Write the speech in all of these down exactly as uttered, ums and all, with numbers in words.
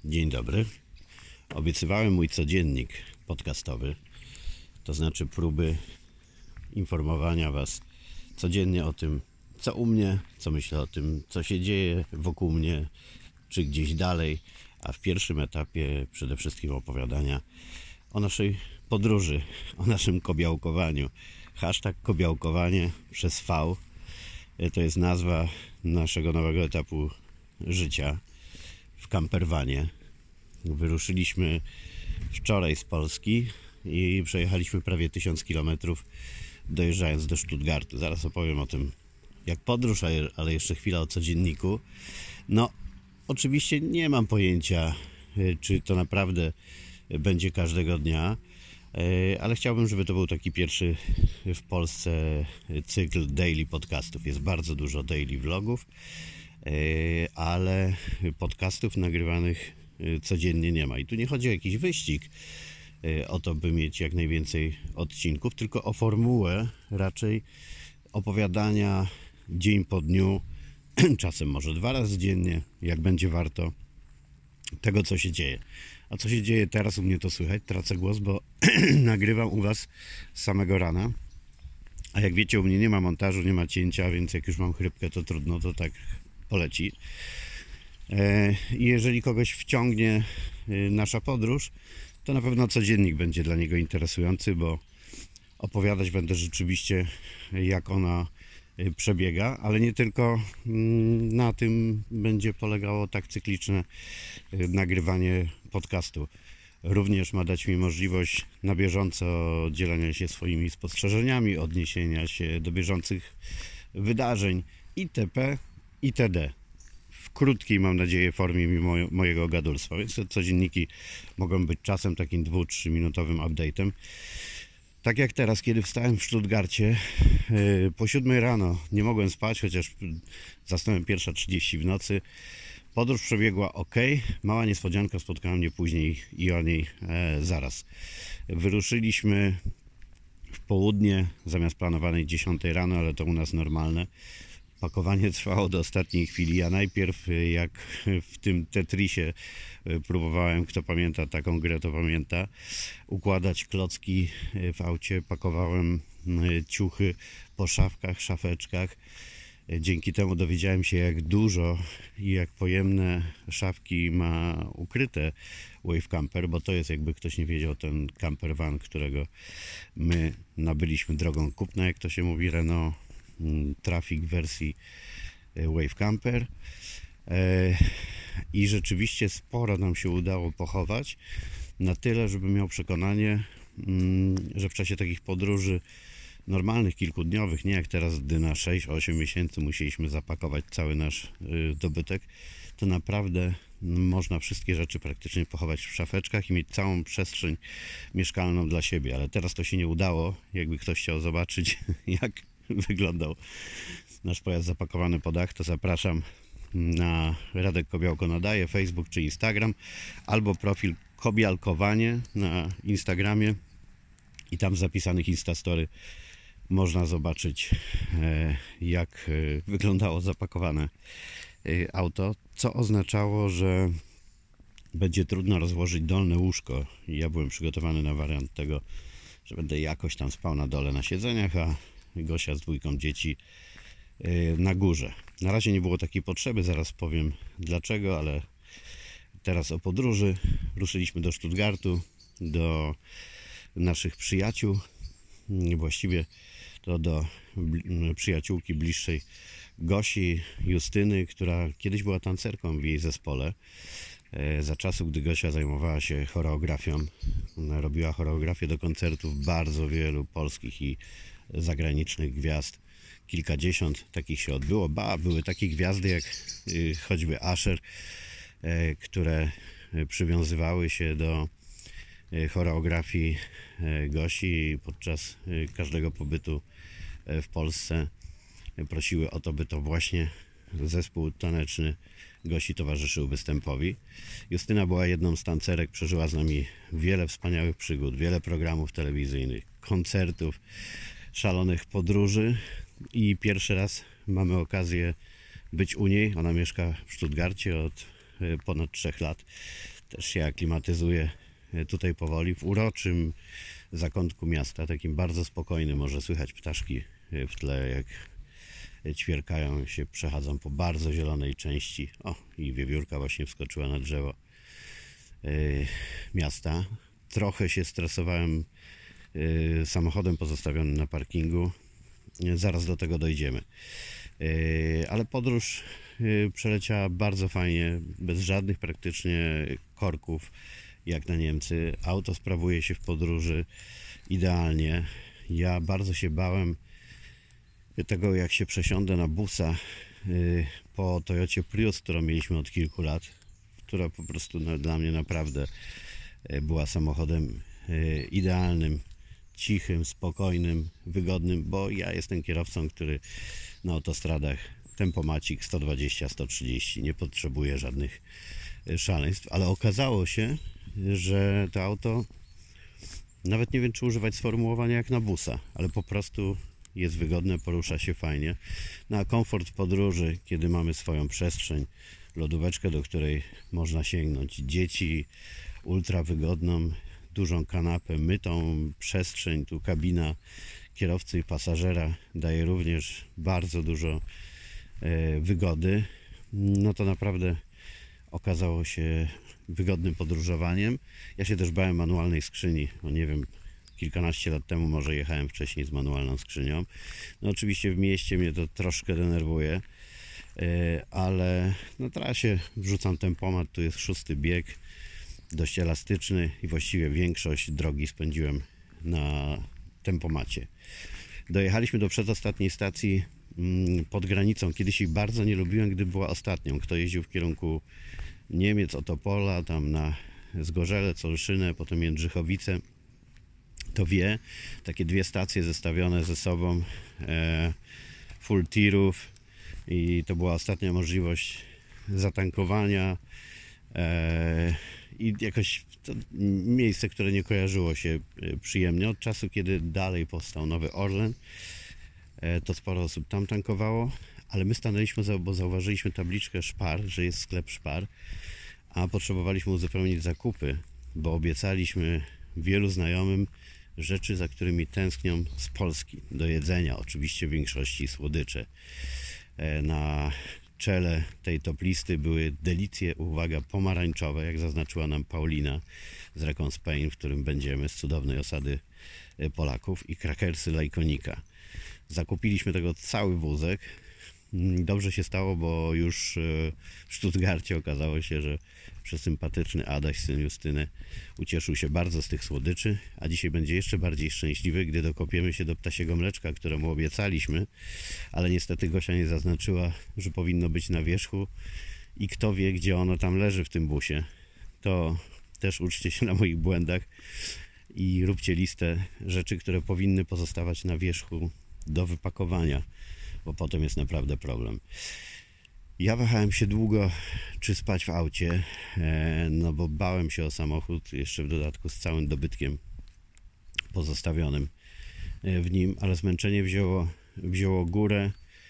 Dzień dobry. Obiecywałem mój codziennik podcastowy, to znaczy próby informowania Was codziennie o tym, co u mnie, co myślę o tym, co się dzieje wokół mnie, czy gdzieś dalej, a w pierwszym etapie przede wszystkim opowiadania o naszej podróży, o naszym kobiałkowaniu. Hashtag kobiałkowanie przez V to jest nazwa naszego nowego etapu życia w campervanie. Wyruszyliśmy wczoraj z Polski i przejechaliśmy prawie tysiąc kilometrów, dojeżdżając do Stuttgartu. Zaraz opowiem o tym, jak podróż, ale jeszcze chwila o codzienniku. No, oczywiście nie mam pojęcia, czy to naprawdę będzie każdego dnia, ale chciałbym, żeby to był taki pierwszy w Polsce cykl daily podcastów. Jest bardzo dużo daily vlogów, ale podcastów nagrywanych codziennie nie ma. I tu nie chodzi o jakiś wyścig, o to, by mieć jak najwięcej odcinków, tylko o formułę raczej opowiadania dzień po dniu, czasem może dwa razy dziennie, jak będzie warto, tego, co się dzieje. A co się dzieje teraz, u mnie to słychać, tracę głos, bo nagrywam u Was z samego rana. A jak wiecie, u mnie nie ma montażu, nie ma cięcia, więc jak już mam chrypkę, to trudno, to tak poleci. I jeżeli kogoś wciągnie nasza podróż, to na pewno codziennik będzie dla niego interesujący, bo opowiadać będę rzeczywiście, jak ona przebiega, ale nie tylko na tym będzie polegało tak cykliczne nagrywanie podcastu. Również ma dać mi możliwość na bieżąco dzielenia się swoimi spostrzeżeniami, odniesienia się do bieżących wydarzeń itp. itd. W krótkiej, mam nadzieję, formie mimo mojego gadulstwa, więc te codzienniki mogą być czasem takim dwu trzy minutowym update'em. Tak jak teraz, kiedy wstałem w Stuttgarcie po siódmej rano, nie mogłem spać, chociaż zasnąłem pierwsza trzydzieści w nocy. Podróż przebiegła ok, mała niespodzianka spotkała mnie później i o niej e, zaraz. Wyruszyliśmy w południe zamiast planowanej dziesiątej rano, ale to u nas normalne. Pakowanie trwało do ostatniej chwili. Ja najpierw, jak w tym Tetrisie próbowałem, kto pamięta taką grę, to pamięta, układać klocki w aucie, pakowałem ciuchy po szafkach, szafeczkach. Dzięki temu dowiedziałem się, jak dużo i jak pojemne szafki ma ukryte Wave Camper, bo to jest, jakby ktoś nie wiedział, ten camper van, którego my nabyliśmy drogą kupna, jak to się mówi, Renault Traffic w wersji Wave Camper. I rzeczywiście sporo nam się udało pochować, na tyle, żeby miał przekonanie, że w czasie takich podróży normalnych, kilkudniowych, nie jak teraz, gdy na sześć osiem miesięcy musieliśmy zapakować cały nasz dobytek, to naprawdę można wszystkie rzeczy praktycznie pochować w szafeczkach i mieć całą przestrzeń mieszkalną dla siebie. Ale teraz to się nie udało. Jakby ktoś chciał zobaczyć, jak wyglądał nasz pojazd zapakowany po dach, to zapraszam na Radek Kobiałko Nadaje, Facebook czy Instagram, albo profil Kobialkowanie na Instagramie i tam w zapisanych Instastory można zobaczyć, jak wyglądało zapakowane auto, co oznaczało, że będzie trudno rozłożyć dolne łóżko. Ja byłem przygotowany na wariant tego, że będę jakoś tam spał na dole na siedzeniach, a Gosia z dwójką dzieci na górze. Na razie nie było takiej potrzeby, zaraz powiem dlaczego, ale teraz o podróży. Ruszyliśmy do Stuttgartu, do naszych przyjaciół, właściwie to do przyjaciółki bliższej Gosi, Justyny, która kiedyś była tancerką w jej zespole. Za czasów, gdy Gosia zajmowała się choreografią, ona robiła choreografię do koncertów bardzo wielu polskich i zagranicznych gwiazd. Kilkadziesiąt takich się odbyło. Ba, były takie gwiazdy jak choćby Asher, które przywiązywały się do choreografii Gosi podczas każdego pobytu w Polsce. Prosiły o to, by to właśnie zespół taneczny Gosi towarzyszył występowi. Justyna była jedną z tancerek, przeżyła z nami wiele wspaniałych przygód, wiele programów telewizyjnych, koncertów, szalonych podróży i pierwszy raz mamy okazję być u niej. Ona mieszka w Stuttgarcie od ponad trzech lat. Też się aklimatyzuje tutaj powoli, w uroczym zakątku miasta, takim bardzo spokojnym. Może słychać ptaszki w tle, jak ćwierkają się, przechadzą po bardzo zielonej części. O, i wiewiórka właśnie wskoczyła na drzewo yy, miasta. Trochę się stresowałem yy, samochodem pozostawionym na parkingu. Yy, zaraz do tego dojdziemy. Yy, ale podróż yy, przeleciała bardzo fajnie, bez żadnych praktycznie korków, jak na Niemcy. Auto sprawuje się w podróży idealnie. Ja bardzo się bałem tego, jak się przesiądę na busa yy, po Toyocie Prius, którą mieliśmy od kilku lat, która po prostu no, dla mnie naprawdę yy, była samochodem yy, idealnym, cichym, spokojnym, wygodnym, bo ja jestem kierowcą, który na autostradach tempomacik sto dwadzieścia sto trzydzieści, nie potrzebuje żadnych szaleństw, ale okazało się, że to auto, nawet nie wiem, czy używać sformułowania jak na busa, ale po prostu jest wygodne, porusza się fajnie. Na komfort podróży, kiedy mamy swoją przestrzeń, lodóweczkę, do której można sięgnąć, dzieci, ultra wygodną, dużą kanapę, mytą przestrzeń, tu kabina kierowcy i pasażera daje również bardzo dużo e, wygody, no to naprawdę okazało się wygodnym podróżowaniem. Ja się też bałem manualnej skrzyni, no nie wiem, kilkanaście lat temu może jechałem wcześniej z manualną skrzynią. No oczywiście w mieście mnie to troszkę denerwuje, ale na trasie wrzucam tempomat, tu jest szósty bieg, dość elastyczny i właściwie większość drogi spędziłem na tempomacie. Dojechaliśmy do przedostatniej stacji pod granicą. Kiedyś ich bardzo nie lubiłem, gdy była ostatnią. Kto jeździł w kierunku Niemiec, od Opola, tam na Zgorzelec, Olszynę, potem Jędrzychowice, to wie, takie dwie stacje zestawione ze sobą, e, full tirów, i to była ostatnia możliwość zatankowania e, i jakoś to miejsce, które nie kojarzyło się przyjemnie. Od czasu, kiedy dalej powstał Nowy Orlen, e, to sporo osób tam tankowało, ale my stanęliśmy, bo zauważyliśmy tabliczkę Spar, że jest sklep Spar, a potrzebowaliśmy uzupełnić zakupy, bo obiecaliśmy wielu znajomym rzeczy, za którymi tęsknią z Polski, do jedzenia, oczywiście w większości słodycze. Na czele tej top listy były delicje, uwaga, pomarańczowe, jak zaznaczyła nam Paulina z Recon Spain, w którym będziemy, z cudownej osady Polaków, i krakersy Lajkonika. Zakupiliśmy tego cały wózek. Dobrze się stało, bo już w Stuttgarcie okazało się, że przesympatyczny Adaś, syn Justyny, ucieszył się bardzo z tych słodyczy, a dzisiaj będzie jeszcze bardziej szczęśliwy, gdy dokopiemy się do ptasiego mleczka, któremu obiecaliśmy, ale niestety Gosia nie zaznaczyła, że powinno być na wierzchu i kto wie, gdzie ono tam leży w tym busie. To też uczcie się na moich błędach i róbcie listę rzeczy, które powinny pozostawać na wierzchu do wypakowania, bo potem jest naprawdę problem. Ja wahałem się długo, czy spać w aucie, no bo bałem się o samochód, jeszcze w dodatku z całym dobytkiem pozostawionym w nim, ale zmęczenie wzięło, wzięło górę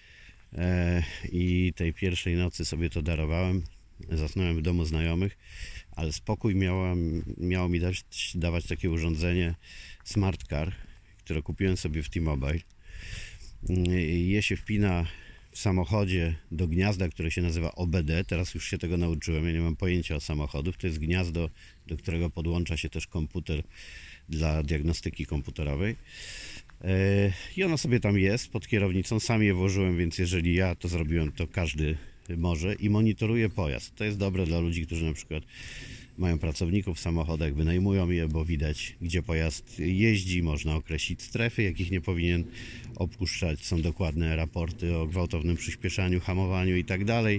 i tej pierwszej nocy sobie to darowałem. Zasnąłem w domu znajomych, ale spokój miało, miało mi dać, dawać takie urządzenie Smart Car, które kupiłem sobie w T-Mobile. Je się wpina w samochodzie do gniazda, które się nazywa O B D. Teraz już się tego nauczyłem, ja nie mam pojęcia o samochodach. To jest gniazdo, do którego podłącza się też komputer dla diagnostyki komputerowej. I ono sobie tam jest pod kierownicą. Sam je włożyłem, więc jeżeli ja to zrobiłem, to każdy może, i monitoruje pojazd. To jest dobre dla ludzi, którzy na przykład mają pracowników w samochodach, wynajmują je, bo widać, gdzie pojazd jeździ, można określić strefy, jakich nie powinien opuszczać, są dokładne raporty o gwałtownym przyspieszaniu, hamowaniu i tak dalej.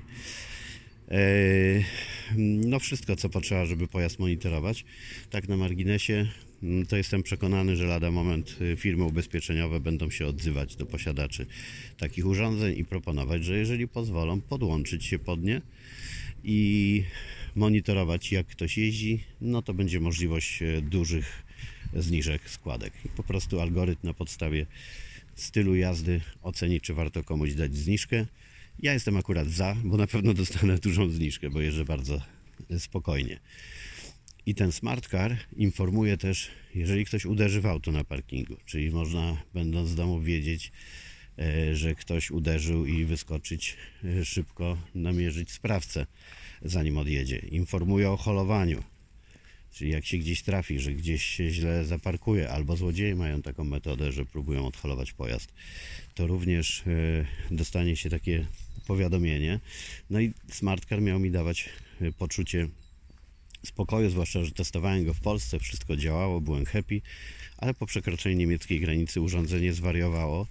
No wszystko, co potrzeba, żeby pojazd monitorować. Tak na marginesie, to jestem przekonany, że lada moment firmy ubezpieczeniowe będą się odzywać do posiadaczy takich urządzeń i proponować, że jeżeli pozwolą, podłączyć się pod nie i monitorować, jak ktoś jeździ, no to będzie możliwość dużych zniżek składek. I po prostu algorytm na podstawie stylu jazdy oceni, czy warto komuś dać zniżkę. Ja jestem akurat za, bo na pewno dostanę dużą zniżkę, bo jeżdżę bardzo spokojnie. I ten smart car informuje też, jeżeli ktoś uderzy w auto na parkingu, czyli można, będąc w domu, wiedzieć, że ktoś uderzył i wyskoczyć szybko, namierzyć sprawcę, zanim odjedzie. Informuje o holowaniu, czyli jak się gdzieś trafi, że gdzieś się źle zaparkuje, albo złodzieje mają taką metodę, że próbują odholować pojazd, to również dostanie się takie powiadomienie. No i smart car miał mi dawać poczucie spokoju, zwłaszcza, że testowałem go w Polsce, wszystko działało, byłem happy, ale po przekroczeniu niemieckiej granicy urządzenie zwariowało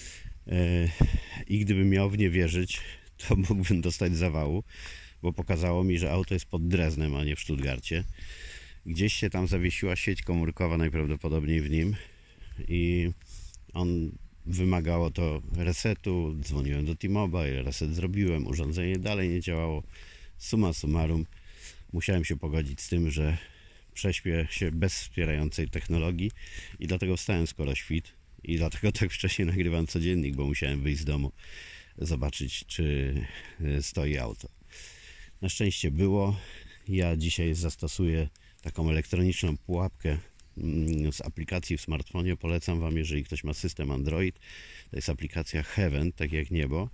i gdybym miał w nie wierzyć, to mógłbym dostać zawału, bo pokazało mi, że auto jest pod Dreznem, a nie w Stuttgarcie. Gdzieś się tam zawiesiła sieć komórkowa najprawdopodobniej w nim i on wymagało to resetu, dzwoniłem do T-Mobile, reset zrobiłem, urządzenie dalej nie działało. Summa summarum musiałem się pogodzić z tym, że prześpię się bez wspierającej technologii i dlatego wstałem skoro świt i dlatego tak wcześnie nagrywam codziennik, bo musiałem wyjść z domu, zobaczyć, czy stoi auto. Na szczęście było. Ja dzisiaj zastosuję taką elektroniczną pułapkę z aplikacji w smartfonie. Polecam Wam, jeżeli ktoś ma system Android. To jest aplikacja Heaven, tak jak niebo.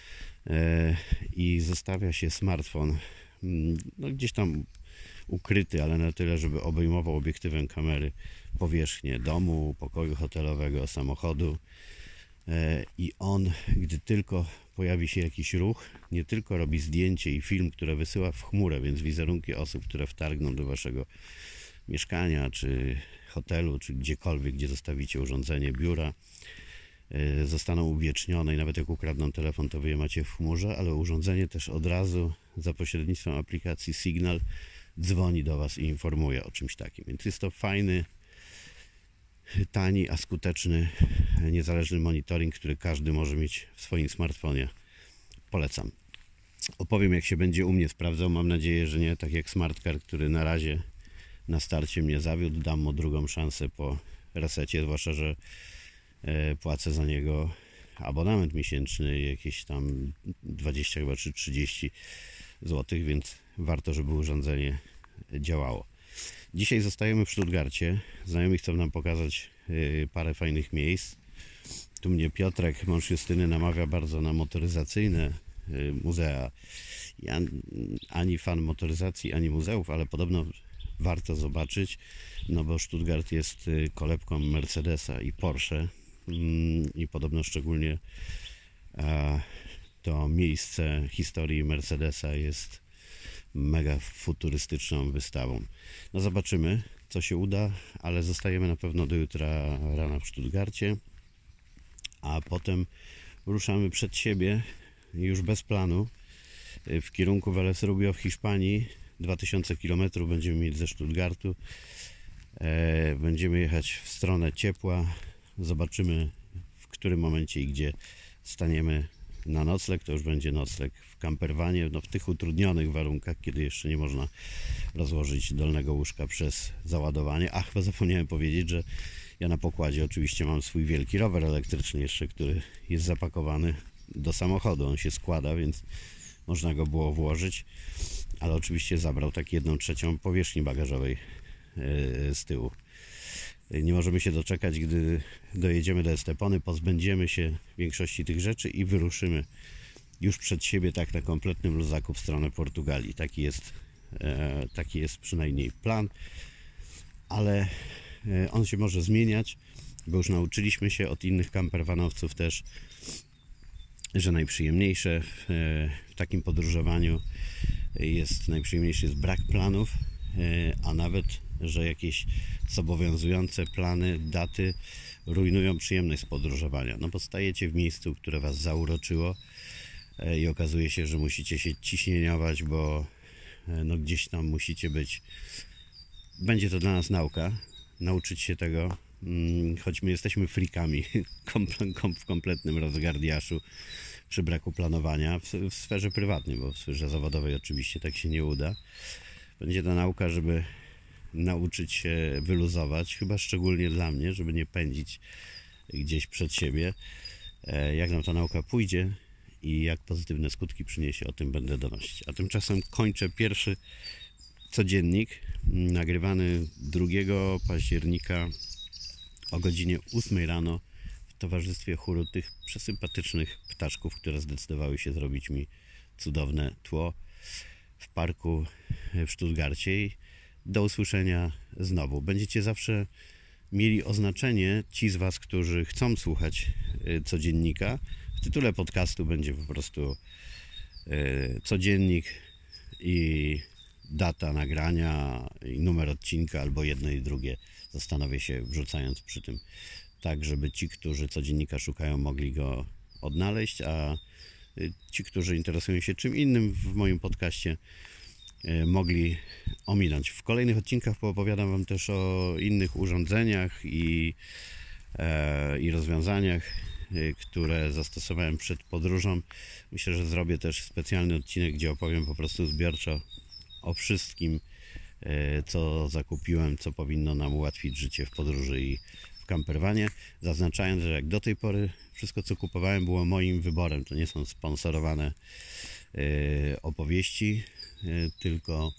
I zostawia się smartfon no, gdzieś tam ukryty, ale na tyle, żeby obejmował obiektywem kamery powierzchnię domu, pokoju hotelowego, samochodu. I on, gdy tylko pojawi się jakiś ruch, nie tylko robi zdjęcie i film, które wysyła w chmurę, więc wizerunki osób, które wtargną do Waszego mieszkania, czy hotelu, czy gdziekolwiek, gdzie zostawicie urządzenie, biura, zostaną uwiecznione i nawet jak ukradną telefon, to wy je macie w chmurze, ale urządzenie też od razu za pośrednictwem aplikacji Signal dzwoni do Was i informuje o czymś takim. Więc jest to fajny, tani, a skuteczny, niezależny monitoring, który każdy może mieć w swoim smartfonie. Polecam. Opowiem, jak się będzie u mnie sprawdzał. Mam nadzieję, że nie tak jak smart car, który na razie na starcie mnie zawiódł. Dam mu drugą szansę po resecie, zwłaszcza, że płacę za niego abonament miesięczny, jakieś tam dwadzieścia chyba czy trzydzieści złotych, więc warto, żeby urządzenie działało. Dzisiaj zostajemy w Stuttgarcie. Znajomi chcą nam pokazać parę fajnych miejsc. Tu mnie Piotrek, mąż Justyny, namawia bardzo na motoryzacyjne muzea. Ja ani fan motoryzacji, ani muzeów, ale podobno warto zobaczyć, no bo Stuttgart jest kolebką Mercedesa i Porsche i podobno szczególnie to miejsce historii Mercedesa jest mega futurystyczną wystawą. No zobaczymy, co się uda, ale zostajemy na pewno do jutra rana w Stuttgarcie, a potem ruszamy przed siebie już bez planu w kierunku Vélez-Rubio w Hiszpanii. dwa tysiące kilometrów będziemy mieć ze Stuttgartu. Będziemy jechać w stronę ciepła. Zobaczymy, w którym momencie i gdzie staniemy na nocleg. To już będzie nocleg w camperwanie, no w tych utrudnionych warunkach, kiedy jeszcze nie można rozłożyć dolnego łóżka przez załadowanie. Ach, chyba zapomniałem powiedzieć, że ja na pokładzie oczywiście mam swój wielki rower elektryczny jeszcze, który jest zapakowany do samochodu. On się składa, więc można go było włożyć, ale oczywiście zabrał tak jedną trzecią powierzchni bagażowej z tyłu. Nie możemy się doczekać, gdy dojedziemy do Estepony, pozbędziemy się większości tych rzeczy i wyruszymy już przed siebie tak na kompletnym luzaku w stronę Portugalii. Taki jest, taki jest przynajmniej plan, ale on się może zmieniać, bo już nauczyliśmy się od innych campervanowców też, że najprzyjemniejsze w takim podróżowaniu jest, najprzyjemniejszy jest brak planów, a nawet, że jakieś zobowiązujące plany, daty rujnują przyjemność z podróżowania. No bo stajecie w miejscu, które Was zauroczyło i okazuje się, że musicie się ciśnieniować, bo no gdzieś tam musicie być. Będzie to dla nas nauka, nauczyć się tego, choć my jesteśmy frikami w kompletnym rozgardiaszu przy braku planowania w, w sferze prywatnej, bo w sferze zawodowej oczywiście tak się nie uda. Będzie to nauka, żeby nauczyć się wyluzować, chyba szczególnie dla mnie, żeby nie pędzić gdzieś przed siebie. Jak nam ta nauka pójdzie i jak pozytywne skutki przyniesie, o tym będę donosić. A tymczasem kończę pierwszy codziennik nagrywany drugiego października o godzinie ósmej rano w towarzystwie chóru tych przesympatycznych ptaszków, które zdecydowały się zrobić mi cudowne tło w parku w Stuttgarcie. I do usłyszenia znowu. Będziecie zawsze mieli oznaczenie, ci z Was, którzy chcą słuchać codziennika. W tytule podcastu będzie po prostu codziennik i data nagrania i numer odcinka, albo jedno i drugie. Zastanowię się, wrzucając przy tym, tak żeby ci, którzy codziennika szukają, mogli go odnaleźć, a ci, którzy interesują się czym innym w moim podcaście, mogli ominąć. W kolejnych odcinkach poopowiadam Wam też o innych urządzeniach i, e, i rozwiązaniach, które zastosowałem przed podróżą. Myślę, że zrobię też specjalny odcinek, gdzie opowiem po prostu zbiorczo o wszystkim, co zakupiłem, co powinno nam ułatwić życie w podróży i w camperwanie, zaznaczając, że jak do tej pory wszystko, co kupowałem, było moim wyborem. To nie są sponsorowane opowieści, tylko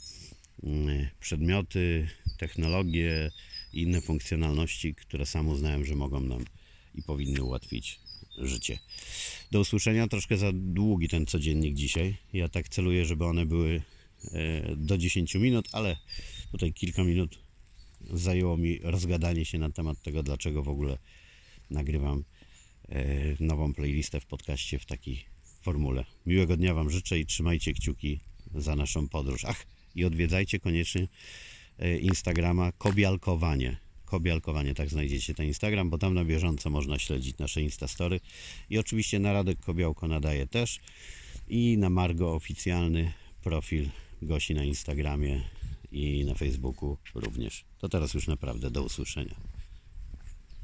przedmioty, technologie i inne funkcjonalności, które sam uznałem, że mogą nam i powinny ułatwić życie. Do usłyszenia. Troszkę za długi ten codziennik dzisiaj. Ja tak celuję, żeby one były do dziesięciu minut, ale tutaj kilka minut zajęło mi rozgadanie się na temat tego, dlaczego w ogóle nagrywam nową playlistę w podcaście w takiej formule. Miłego dnia Wam życzę i trzymajcie kciuki za naszą podróż. Ach, i odwiedzajcie koniecznie Instagrama Kobialkowanie. Kobialkowanie, tak znajdziecie ten Instagram, bo tam na bieżąco można śledzić nasze Instastory. I oczywiście na Radek Kobiałko nadaje też. I na Margo oficjalny profil Gosi na Instagramie i na Facebooku również. To teraz już naprawdę do usłyszenia.